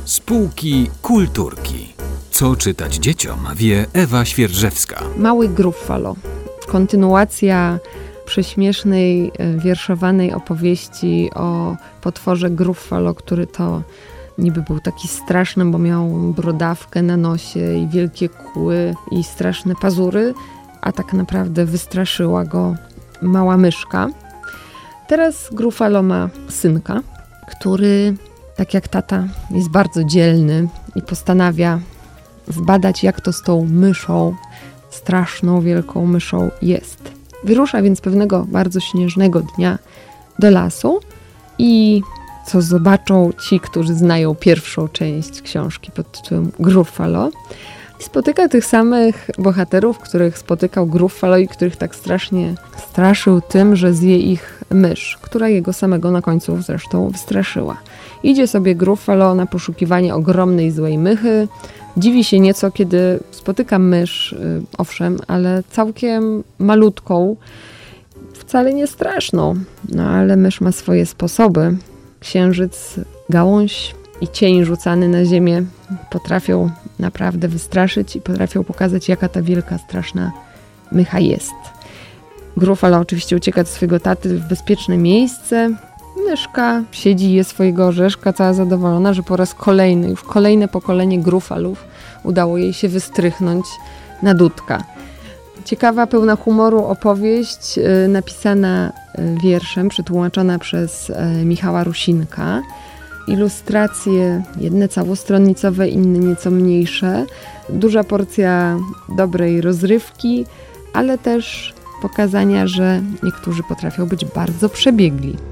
Z półki kulturki. Co czytać dzieciom, wie Ewa Świerżewska. Mały Gruffalo. Kontynuacja prześmiesznej, wierszowanej opowieści o potworze Gruffalo, który to niby był taki straszny, bo miał brodawkę na nosie i wielkie kły i straszne pazury, a tak naprawdę wystraszyła go mała myszka. Teraz Gruffalo ma synka, który, tak jak tata, jest bardzo dzielny i postanawia zbadać, jak to z tą myszą, straszną, wielką myszą jest. Wyrusza więc pewnego bardzo śnieżnego dnia do lasu i co zobaczą ci, którzy znają pierwszą część książki pod tytułem Gruffalo, spotyka tych samych bohaterów, których spotykał Gruffalo i których tak strasznie straszył tym, że zje ich mysz, która jego samego na końcu zresztą wystraszyła. Idzie sobie Gruffalo na poszukiwanie ogromnej złej mychy. Dziwi się nieco, kiedy spotyka mysz, owszem, ale całkiem malutką, wcale nie straszną. No ale mysz ma swoje sposoby. Księżyc, gałąź i cień rzucany na ziemię potrafią naprawdę wystraszyć i potrafią pokazać, jaka ta wielka, straszna mycha jest. Gruffalo oczywiście ucieka do swojego taty w bezpieczne miejsce. Myszka siedzi i je swojego orzeszka, cała zadowolona, że po raz kolejny, już kolejne pokolenie Gruffalów udało jej się wystrychnąć na dudka. Ciekawa, pełna humoru opowieść, napisana wierszem, przetłumaczona przez Michała Rusinka. Ilustracje, jedne całostronnicowe, inne nieco mniejsze. Duża porcja dobrej rozrywki, ale też pokazania, że niektórzy potrafią być bardzo przebiegli.